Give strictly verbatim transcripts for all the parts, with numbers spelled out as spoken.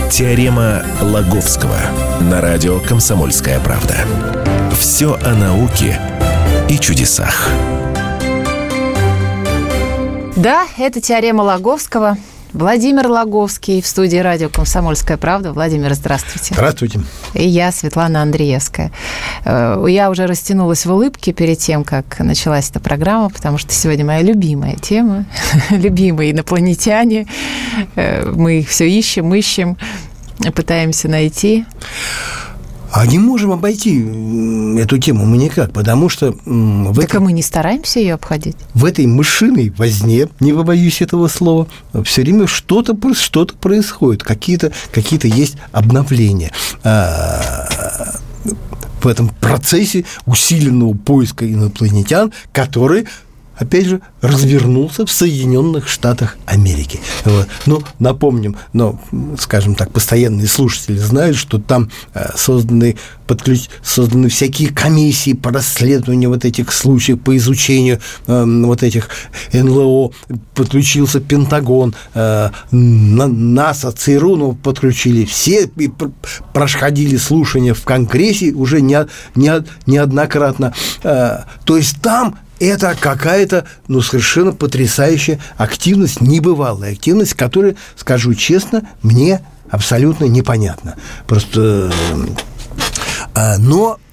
Теорема Лаговского на радио «Комсомольская правда». Все о науке и чудесах. Да, это теорема Лаговского. Владимир Лаговский в студии радио «Комсомольская правда». Владимир, здравствуйте. Здравствуйте. И я, Светлана Андреевская. Я уже растянулась в улыбке перед тем, как началась эта программа, потому что сегодня моя любимая тема, любимые инопланетяне. Мы их все ищем, ищем, пытаемся найти. А не можем обойти эту тему мы никак, потому что... В так этой, а мы не стараемся ее обходить? В этой мышиной возне, не побоюсь этого слова, все время что-то, что-то происходит, какие-то, какие-то есть обновления. В этом процессе усиленного поиска инопланетян, который, опять же, развернулся в Соединенных Штатах Америки. Вот. Ну, напомним, но, скажем так, постоянные слушатели знают, что там созданы, подключ... созданы всякие комиссии по расследованию вот этих случаев, по изучению э, вот этих эн эл о, подключился Пентагон, э, НАСА, ЦРУ, ну, подключили все, и проходили слушания в Конгрессе уже не, не, неоднократно. Э, то есть там это какая-то, ну, совершенно потрясающая активность, небывалая активность, которая, скажу честно, мне абсолютно непонятна. Просто... Но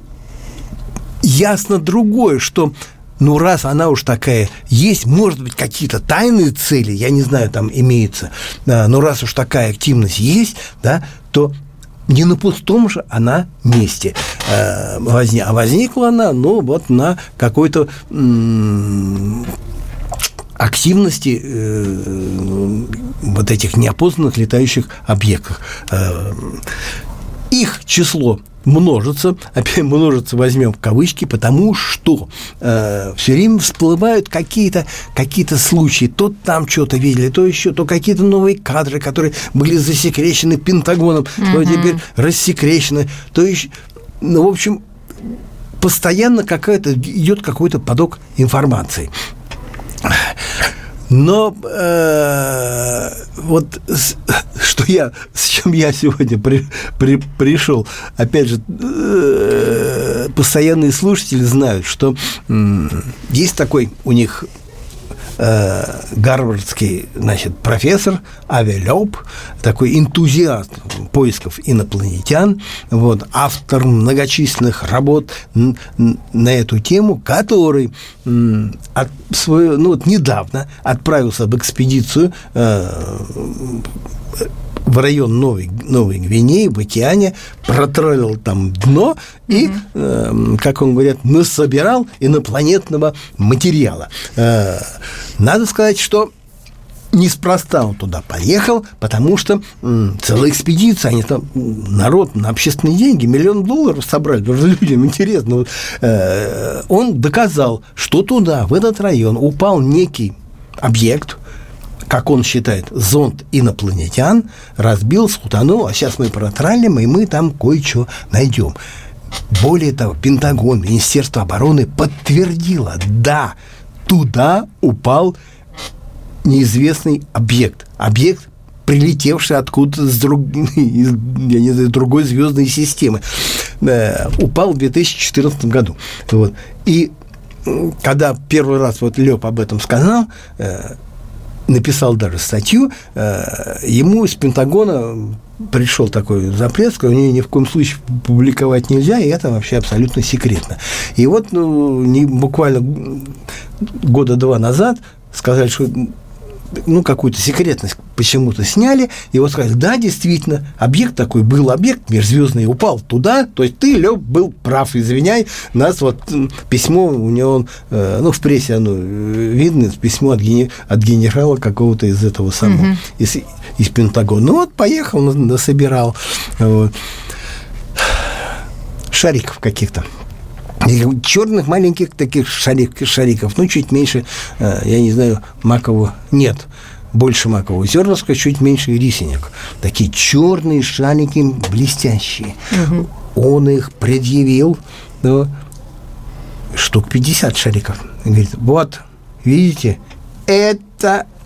ясно другое, что, ну, раз она уж такая есть, может быть, какие-то тайные цели, я не знаю, там имеются, но раз уж такая активность есть, да, то... Не на пустом же она месте э, возникла. А возникла она, ну, вот на какой-то м- активности э, вот этих неопознанных летающих объектов. Э, их число множится, опять множится, возьмем в кавычки, потому что э, все время всплывают какие-то, какие-то случаи, то там что-то видели, то еще, то какие-то новые кадры, которые были засекречены Пентагоном, mm-hmm. то теперь рассекречены, то еще, ну, в общем, постоянно какая-то, идет какой-то поток информации. Но э, вот с, что я, с чем я сегодня при, при, пришел, опять же, э, постоянные слушатели знают, что э, есть такой у них э, гарвардский, значит, профессор Ави Лёб, такой энтузиаст поисков инопланетян, вот, автор многочисленных работ н- н- на эту тему, который м, от, свою, ну, вот недавно отправился в экспедицию э, в район Новой, Новой Гвинеи, в океане, протроллил там дно и, mm-hmm. э, как он говорит, насобирал инопланетного материала. Э, надо сказать, что неспроста он туда поехал, потому что м, целая экспедиция, они там, народ на общественные деньги, миллион долларов собрали, потому что людям интересно. Вот, э, он доказал, что туда, в этот район, упал некий объект, как он считает, зонд инопланетян, разбился, утонул, а сейчас мы протралим, и мы там кое-что найдем. Более того, Пентагон, Министерство обороны подтвердило, да, туда упал неизвестный объект. Объект, прилетевший откуда-то с друг... из, я не знаю, другой звездной системы. Э, упал в две тысячи четырнадцатом году. Вот. И когда первый раз вот Лёб об этом сказал, э, написал даже статью, э, ему из Пентагона пришел такой запрет, что ни, ни в коем случае публиковать нельзя, и это вообще абсолютно секретно. И вот, ну, не, буквально года два назад сказали, что, ну, какую-то секретность почему-то сняли, и вот сказали, да, действительно, объект такой был, объект межзвездный, упал туда, то есть ты, Лёб, был прав, извиняй, нас вот письмо у него, ну, в прессе оно видно, письмо от, гени, от генерала какого-то из этого самого, mm-hmm. из, из Пентагона. Ну, вот, поехал, насобирал вот. Шариков каких-то. Черных маленьких таких шарик, шариков, ну, чуть меньше, я не знаю, макового, нет, больше макового зернышка, чуть меньше рисенек. Такие черные шарики, блестящие. Угу. Он их предъявил, ну, штук пятьдесят шариков. И говорит, вот, видите, это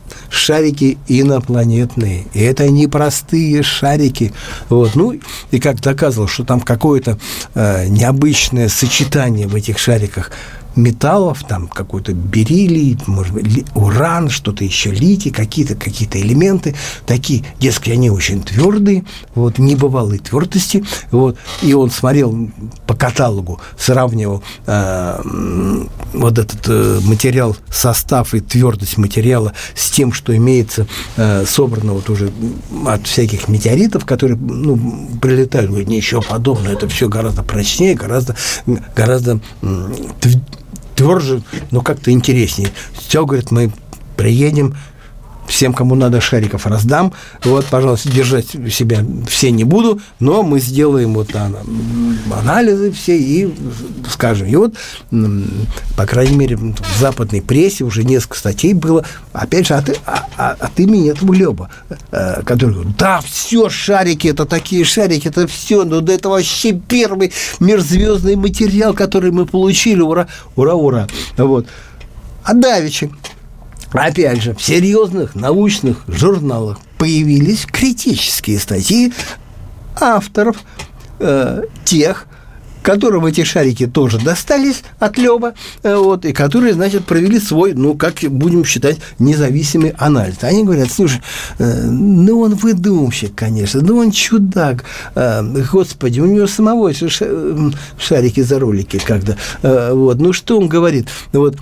шарики инопланетные. И это непростые шарики. Вот. Ну, и как доказывал, что там какое-то э, необычное сочетание в этих шариках металлов, там какой-то бериллий, может быть, ли, уран, что-то еще, литий, какие-то, какие-то элементы, такие, дескать, они очень твердые, вот, небывалой твердости, вот, и он смотрел по каталогу, сравнивал э, вот этот э, материал, состав и твердость материала с тем, что имеется э, собрано вот уже от всяких метеоритов, которые, ну, прилетают, говорит, ничего подобного, это все гораздо прочнее, гораздо, гораздо твердее, тверже, но как-то интереснее. Все, говорит, мы приедем, всем, кому надо, шариков раздам. Вот, пожалуйста, держать себя все не буду, но мы сделаем вот анализы все и скажем. И вот, по крайней мере, в западной прессе уже несколько статей было, опять же, от, от, от имени этого Лёба, который говорит, да, все шарики, это такие шарики, это все, ну, да, это вообще первый межзвездный материал, который мы получили, ура, ура, ура. Вот. А давеча, опять же, в серьезных научных журналах появились критические статьи авторов, э, тех, которым эти шарики тоже достались от Лёба, э, вот, и которые, значит, провели свой, ну, как будем считать, независимый анализ. Они говорят, слушай, э, ну, он выдумщик, конечно, ну, он чудак, э, господи, у него самого шарики за ролики когда, э, вот, ну, что он говорит, вот,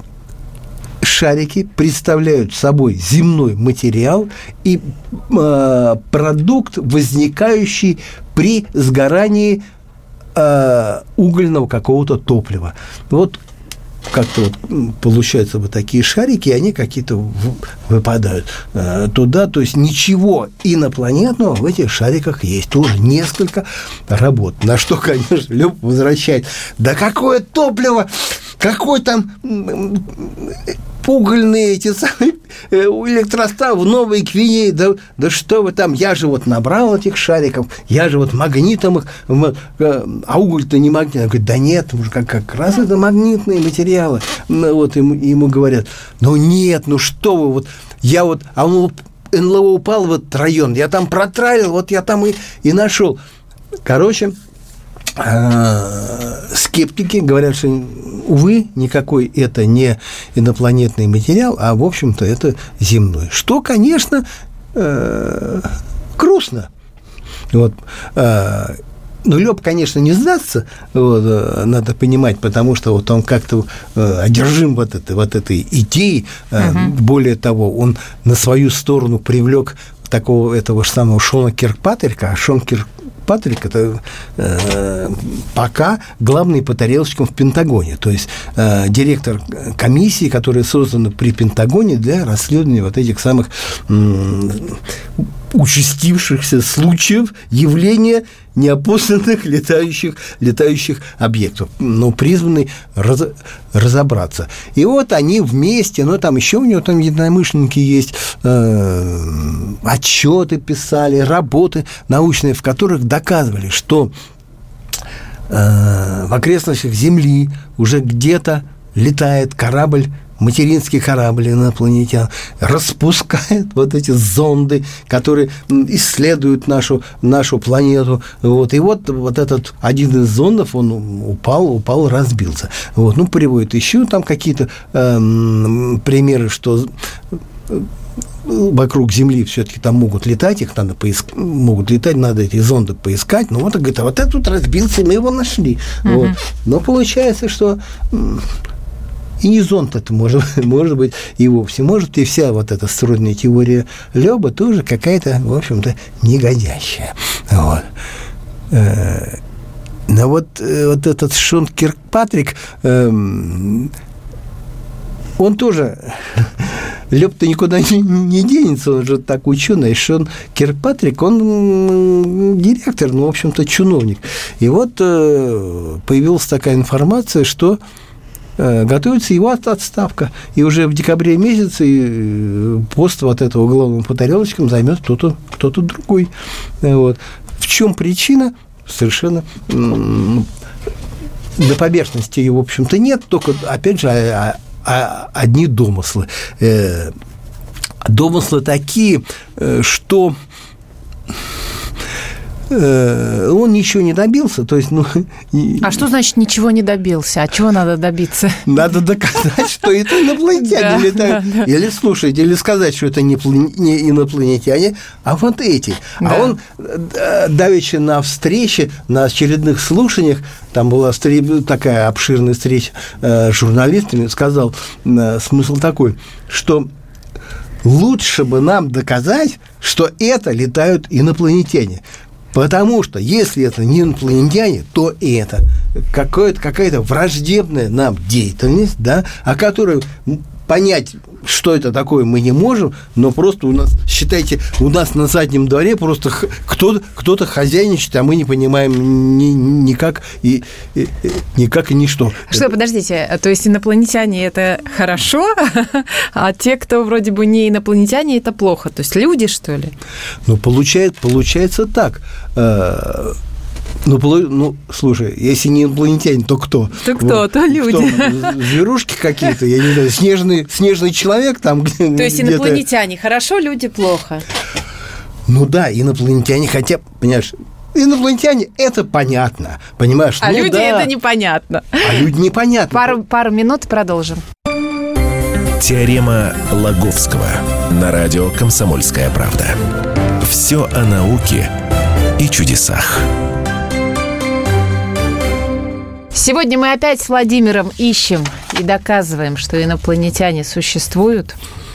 шарики представляют собой земной материал и э, продукт, возникающий при сгорании э, угольного какого-то топлива. Вот как-то вот получаются вот такие шарики, и они какие-то выпадают э, туда. То есть ничего инопланетного в этих шариках есть. Тоже несколько работ. На что, конечно, Лёб возвращает. Да какое топливо! Какой там угольные эти самые электростанции в Новой Гвинее, да, да что вы там, я же вот набрал этих шариков, я же вот магнитом их, а уголь-то не магнитный. Он говорит, да нет, как, как раз это магнитные материалы. Вот ему, ему говорят, ну нет, ну что вы, вот я вот, а он эн эл о упал в этот район, я там протралил, вот я там и, и нашел. Короче, скептики говорят, что, увы, никакой это не инопланетный материал, а, в общем-то, это земной. Что, конечно, грустно. Вот. Ну, Лёб, конечно, не сдастся, вот, надо понимать, потому что вот он как-то одержим вот этой, вот этой идеей. Uh-huh. Более того, он на свою сторону привлек такого этого же самого Шона Киркпатрика, а Шон Киркпатрик Патрик – это э, пока главный по тарелочкам в Пентагоне, то есть э, директор комиссии, которая создана при Пентагоне для расследования вот этих самых э, участившихся случаев явления неопознанных летающих, летающих объектов, но призванный раз, разобраться. И вот они вместе, ну, там еще у него там единомышленники есть, э, отчеты писали, работы научные, в которых доказывали, что э, в окрестностях Земли уже где-то летает корабль, материнский корабль инопланетян, распускает вот эти зонды, которые исследуют нашу, нашу планету. Вот. И вот, вот этот один из зондов, он упал, упал, разбился. Вот. Ну, приводит еще там какие-то э, примеры, что вокруг Земли все-таки там могут летать, их надо поискать, могут летать, надо эти зонды поискать. Ну, вот он говорит, а вот этот разбился, мы его нашли. Mm-hmm. Вот. Но получается, что и не зонд это может, может быть и вовсе. Может, и вся вот эта стройная теория Лёба тоже какая-то, в общем-то, негодящая. Вот. Но вот, вот этот Шон Киркпатрик, он тоже... Лёб-то никуда не, не денется, он же так ученый. Шон Киркпатрик, он директор, ну, в общем-то, чиновник. И вот появилась такая информация, что готовится его отставка. И уже в декабре месяце пост вот этого главного по тарелочкам займет кто-то, кто-то другой. Вот. В чем причина? Совершенно на поверхности ее, в общем-то, нет. Только, опять же, одни домыслы. домыслы такие, что он ничего не добился. То есть, ну, а что значит ничего не добился? А чего надо добиться? Надо доказать, что это инопланетяне летают. Или слушать, или сказать, что это не инопланетяне, а вот эти. А он давеча на встрече, на очередных слушаниях, там была такая обширная встреча с журналистами, сказал смысл такой, что лучше бы нам доказать, что это летают инопланетяне. Потому что если это не инопланетяне, то это какое-то, какая-то враждебная нам деятельность, да, о которой понять, что это такое, мы не можем, но просто у нас, считайте, у нас на заднем дворе просто кто-то, кто-то хозяйничает, а мы не понимаем ни, никак, и, и, никак и ничто. Что, подождите, то есть инопланетяне – это хорошо, а те, кто вроде бы не инопланетяне, это плохо? То есть люди, что ли? Ну, получает, получается так. Ну, ну, слушай, если не инопланетяне, то кто? То кто? Вот, то люди. Кто? Зверушки какие-то, я не знаю, снежный, снежный человек там. То есть инопланетяне хорошо, люди плохо? Ну да, инопланетяне, хотя, понимаешь, инопланетяне – это понятно, понимаешь? А ну, люди да. это непонятно. А люди непонятно. Пару, пару минут и продолжим. Теорема Лаговского на радио «Комсомольская правда». Все о науке и чудесах. Сегодня мы опять с Владимиром ищем и доказываем, что инопланетяне существуют.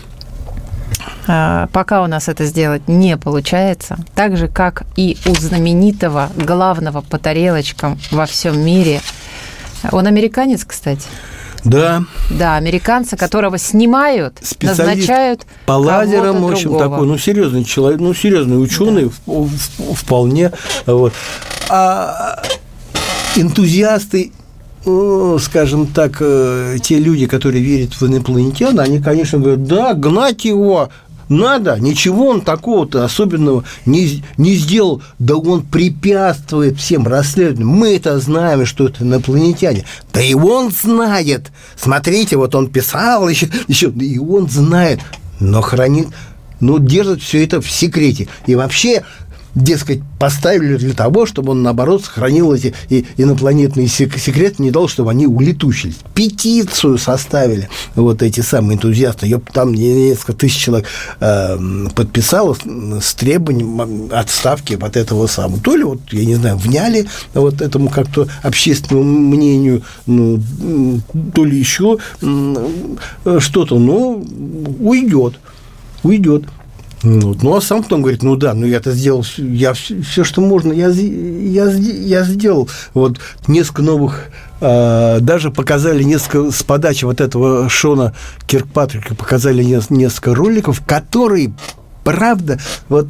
Пока у нас это сделать не получается. Так же, как и у знаменитого главного по тарелочкам во всем мире. Он американец, кстати. Да. Да, американца, которого снимают, специалист назначают по лазерам, кого-то в общем, другого. такой, ну, серьезный человек, ну, серьезный ученый, да. Вполне. Вот. А энтузиасты, скажем так, те люди, которые верят в инопланетян, они, конечно, говорят, да, гнать его надо, ничего он такого-то особенного не, не сделал, да он препятствует всем расследованиям. Мы это знаем, что это инопланетяне. Да и он знает. Смотрите, вот он писал еще, еще и он знает, но хранит, но держит все это в секрете. И вообще, дескать, поставили для того, чтобы он, наоборот, сохранил эти инопланетные секреты, не дал, чтобы они улетучились. Петицию составили вот эти самые энтузиасты. Ее там несколько тысяч человек э, подписало с требованием отставки от этого самого. То ли, вот, я не знаю, вняли вот этому как-то общественному мнению, ну, то ли еще что-то, но уйдет. Уйдет. Ну, а сам потом говорит, ну да, ну я-то сделал, я все, что можно, я, я, я сделал. Вот несколько новых, э, даже показали несколько, с подачи вот этого Шона Киркпатрика, показали несколько роликов, которые, правда, вот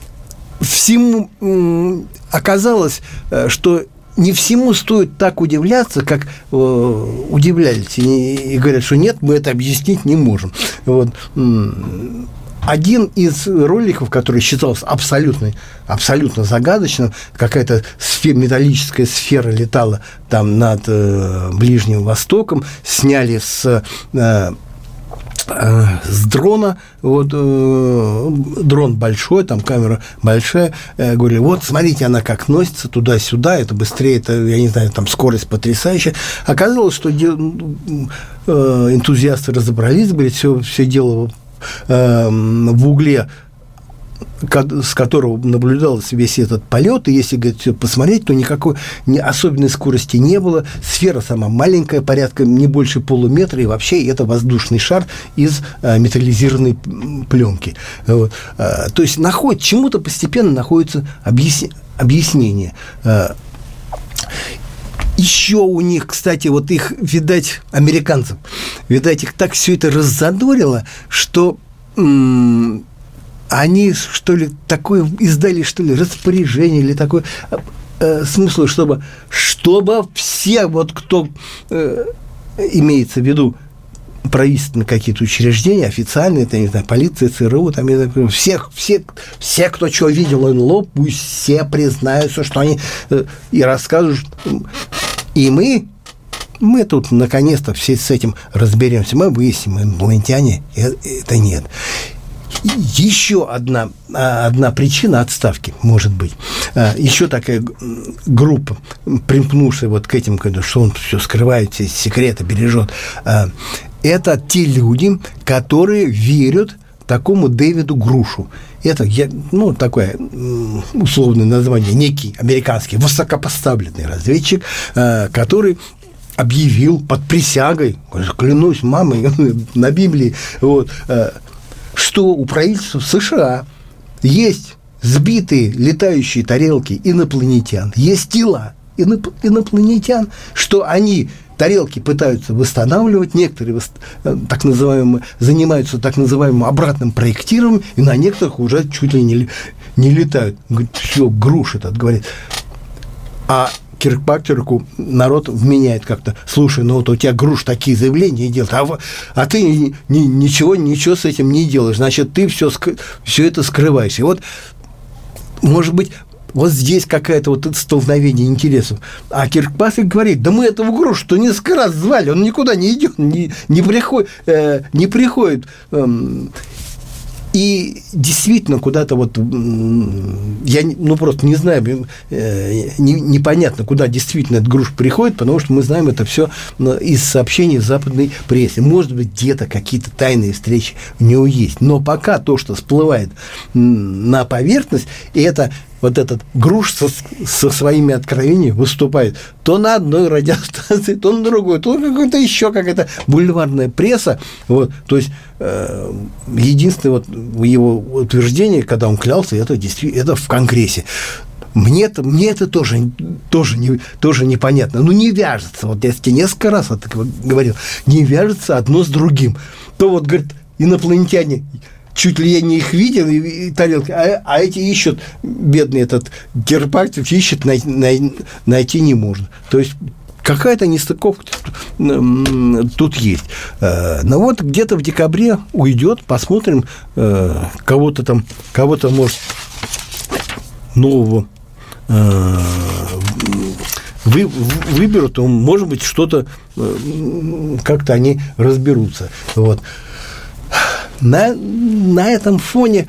всему э, оказалось, что не всему стоит так удивляться, как э, удивлялись, и, и говорят, что нет, мы это объяснить не можем. Вот. Один из роликов, который считался абсолютно, абсолютно загадочным, какая-то сфера, металлическая сфера летала там над э, Ближним Востоком, сняли с, э, э, с дрона, вот, э, дрон большой, там камера большая, э, говорили, вот, смотрите, она как носится туда-сюда, это быстрее, это, я не знаю, там скорость потрясающая. Оказалось, что де, э, энтузиасты разобрались, говорят, все, все дело в угле, с которого наблюдался весь этот полет, и если, говорит, все посмотреть, то никакой особенной скорости не было. Сфера сама маленькая, порядка не больше полуметра, и вообще это воздушный шар из металлизированной пленки. Вот. То есть находит, чему-то постепенно находится объяс... объяснение. Еще у них, кстати, вот их, видать, американцев, видать, их так все это раззадорило, что м- они, что ли, такое издали, что ли, распоряжение или такое э, смысл, чтобы, чтобы все, вот кто э, имеется в виду, правительственные какие-то учреждения, официальные, это, не знаю, полиция, ЦРУ, там, я знаю, всех, все, все, кто что видел эн эл о, пусть все признаются, что они э, и расскажут. И мы, мы тут наконец-то все с этим разберемся. Мы выясним, инопланетяне это нет. Еще одна, одна причина отставки, может быть. Еще такая группа, примкнувшая вот к этим, что он все скрывает, все секреты бережет, это те люди, которые верят такому Дэвиду Грушу. Это, ну, такое условное название, некий американский высокопоставленный разведчик, который объявил под присягой, клянусь мамой на Библии, вот, что у правительства США есть сбитые летающие тарелки инопланетян, есть тела инопланетян, что они тарелки пытаются восстанавливать, некоторые так называемые, занимаются так называемым обратным проектированием, и на некоторых уже чуть ли не, не летают. Говорит, все, Груш этот говорит. А Киркпатрику народ вменяет как-то: слушай, ну вот у тебя Груш такие заявления делает, а, а ты ни, ни, ничего, ничего с этим не делаешь, значит, ты все, все это скрываешь. И вот, может быть, вот здесь какое-то вот это столкновение интересов. А Киркпатрик говорит: да мы этого Грушу-то несколько раз звали, он никуда не идет, не, не приходит. Э, не приходит э, и действительно куда-то вот, я ну, просто не знаю, э, не, непонятно, куда действительно этот Груш приходит, потому что мы знаем это все из сообщений в западной прессе. Может быть, где-то какие-то тайные встречи у него есть. Но пока то, что всплывает на поверхность, и это вот этот Груш со, со своими откровениями выступает то на одной радиостанции, то на другой, то какой-то еще какая-то бульварная пресса. Вот, то есть э, единственное вот его утверждение, когда он клялся, это действительно это в Конгрессе. Мне это, мне это тоже, тоже, не, тоже непонятно. Ну, не вяжется. Вот я тебе несколько раз это говорил. Не вяжется одно с другим. То вот, говорит, инопланетяне, чуть ли я не их видел, и, и тарелки, а, а эти ищут, бедный этот Киркпатрик ищет, най, най, найти не можно. То есть какая-то нестыковка тут есть. Но вот где-то в декабре уйдет, посмотрим, кого-то там, кого-то, может, нового вы, выберут, то, может быть, что-то, как-то они разберутся. Вот. На, на этом фоне,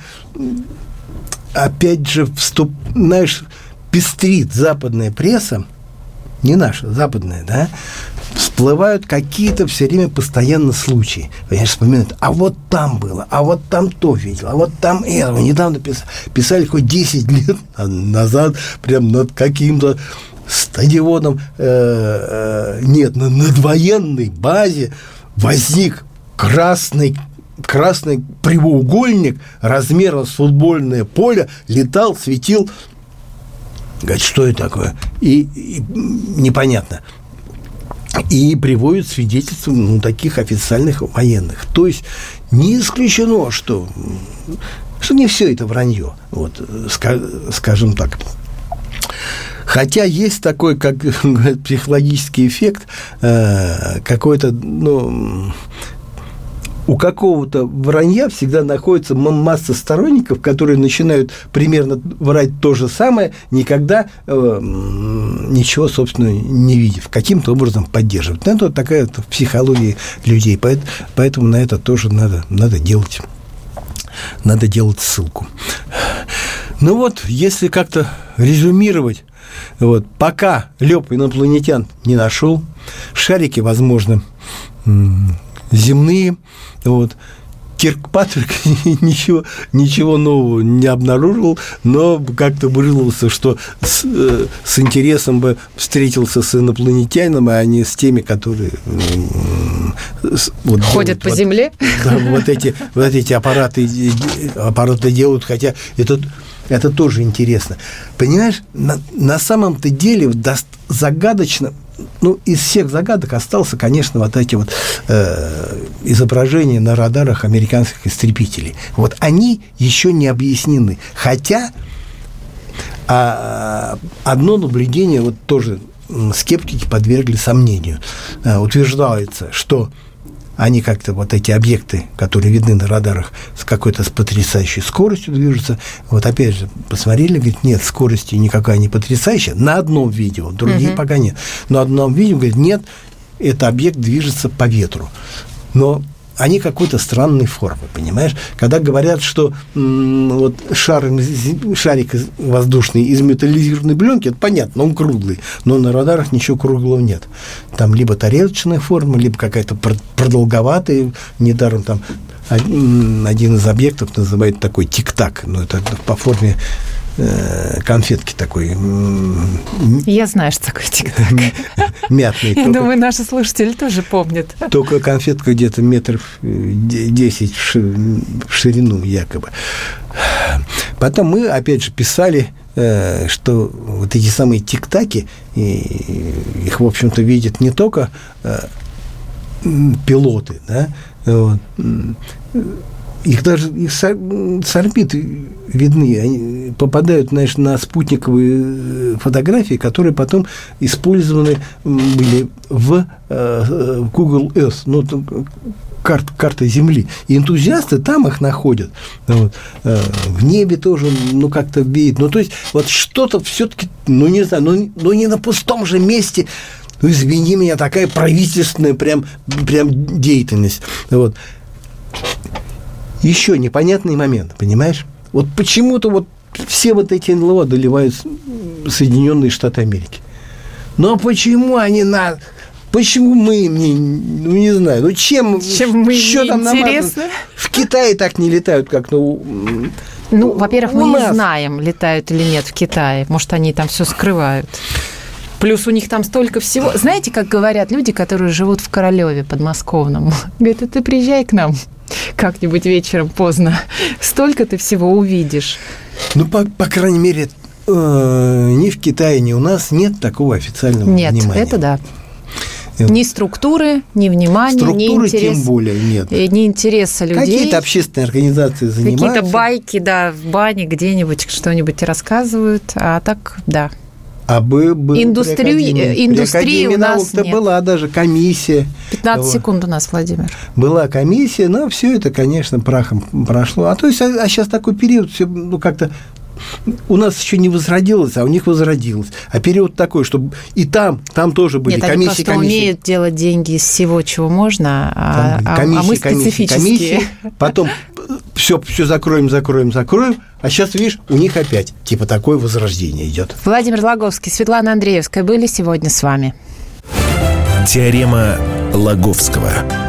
опять же, вступ, знаешь, пестрит западная пресса, не наша, западная, да, всплывают какие-то все время постоянно случаи. Понимаешь, вспоминают, а вот там было, а вот там то видел, а вот там это. Недавно писали, писали хоть десять лет назад, прям над каким-то стадионом, э, э, нет, на, над военной базе возник красный красный прямоугольник размером с футбольное поле, летал, светил. Говорит, что это такое? И, и непонятно. И приводят свидетельства, ну, таких официальных военных. То есть не исключено, что, что не все это вранье, вот, скажем так. Хотя есть такой, как говорят, психологический эффект, э, какой-то, ну, у какого-то вранья всегда находится масса сторонников, которые начинают примерно врать то же самое, никогда э, ничего, собственно, не видев, каким-то образом поддерживать. Это вот такая вот психология людей, поэтому на это тоже надо, надо делать, надо делать ссылку. Ну вот, если как-то резюмировать, вот, пока Лёб инопланетян не нашел, шарики, возможно, земные. Вот. Киркпатрик ничего, ничего нового не обнаружил, но как-то выжилился, что с, э, с интересом бы встретился с инопланетянином, а не с теми, которые э, вот, ходят делают, по вот, земле. Да, вот эти, вот эти аппараты, аппараты делают, хотя это, это тоже интересно. Понимаешь, на, на самом-то деле загадочно. Ну, из всех загадок остался, конечно, вот эти вот э, изображения на радарах американских истребителей. Вот они еще не объяснены. Хотя а, одно наблюдение вот тоже скептики подвергли сомнению. А, утверждается, что они как-то, вот эти объекты, которые видны на радарах, с какой-то с потрясающей скоростью движутся. Вот опять же, посмотрели, говорит, нет, скорости никакая не потрясающая. На одном видео, другие угу. пока нет. Но на одном видео, говорит, нет, этот объект движется по ветру. Но они какой-то странной формы, понимаешь? Когда говорят, что м, вот шар, шарик воздушный из металлизированной пленки, это понятно, он круглый, но на радарах ничего круглого нет. Там либо тарелочная форма, либо какая-то продолговатая, недаром там один из объектов называют такой тик-так, но это по форме конфетки такой. Я знаю, что такое тик-так. Мятный. Я только, думаю, наши слушатели тоже помнят. Только конфетка где-то метров десять в ширину якобы. Потом мы, опять же, писали, что вот эти самые тик-таки, их, в общем-то, видят не только пилоты, да, вот, их даже их с, с орбит видны, они попадают, знаешь, на спутниковые фотографии, которые потом использованы были в э, Google Earth, ну, карт, карта Земли. И энтузиасты там их находят. Вот. Э, в небе тоже, ну, как-то видят. Ну, то есть, вот что-то все-таки, ну, не знаю, ну, ну, не на пустом же месте, ну, извини меня, такая правительственная прям, прям деятельность. Вот. Еще непонятный момент, понимаешь? Вот почему-то вот все вот эти эн эл о доливают Соединенные Штаты Америки. Но почему они на... Почему мы, не, ну, не знаю, ну, чем... Чем мы что там интересно? В Китае так не летают, как, ну... Ну, во-первых, мы нас. не знаем, летают или нет в Китае. Может, они там все скрывают. Плюс у них там столько всего. Знаете, как говорят люди, которые живут в Королеве подмосковном? Говорят, а ты приезжай к нам как-нибудь вечером поздно. Столько ты всего увидишь. Ну, по, по крайней мере, э, ни в Китае, ни у нас нет такого официального нет, внимания. Нет, это да. Ни структуры, ни внимания, структуры ни интерес, тем более нет. Ни интереса людей. Какие-то общественные организации занимаются. Какие-то байки, да, в бане где-нибудь что-нибудь рассказывают, а так, да. А бы, бы Индустрию, при Академии, индустрии при Академии у нас наук-то нет. Была даже комиссия. пятнадцать вот. секунд у нас, Владимир. Была комиссия, но все это, конечно, прахом прошло. А то есть, а, а сейчас такой период, все, ну, как-то у нас еще не возродилось, а у них возродилось. А период такой, чтобы и там, там тоже были Нет, комиссии, они просто комиссии. умеют делать деньги из всего, чего можно, а, а, комиссии, а мы комиссии, специфические. комиссии, потом все, все закроем, закроем, закроем, а сейчас, видишь, у них опять типа такое возрождение идет. Владимир Логовский, Светлана Андреевская были сегодня с вами. Теорема Лаговского.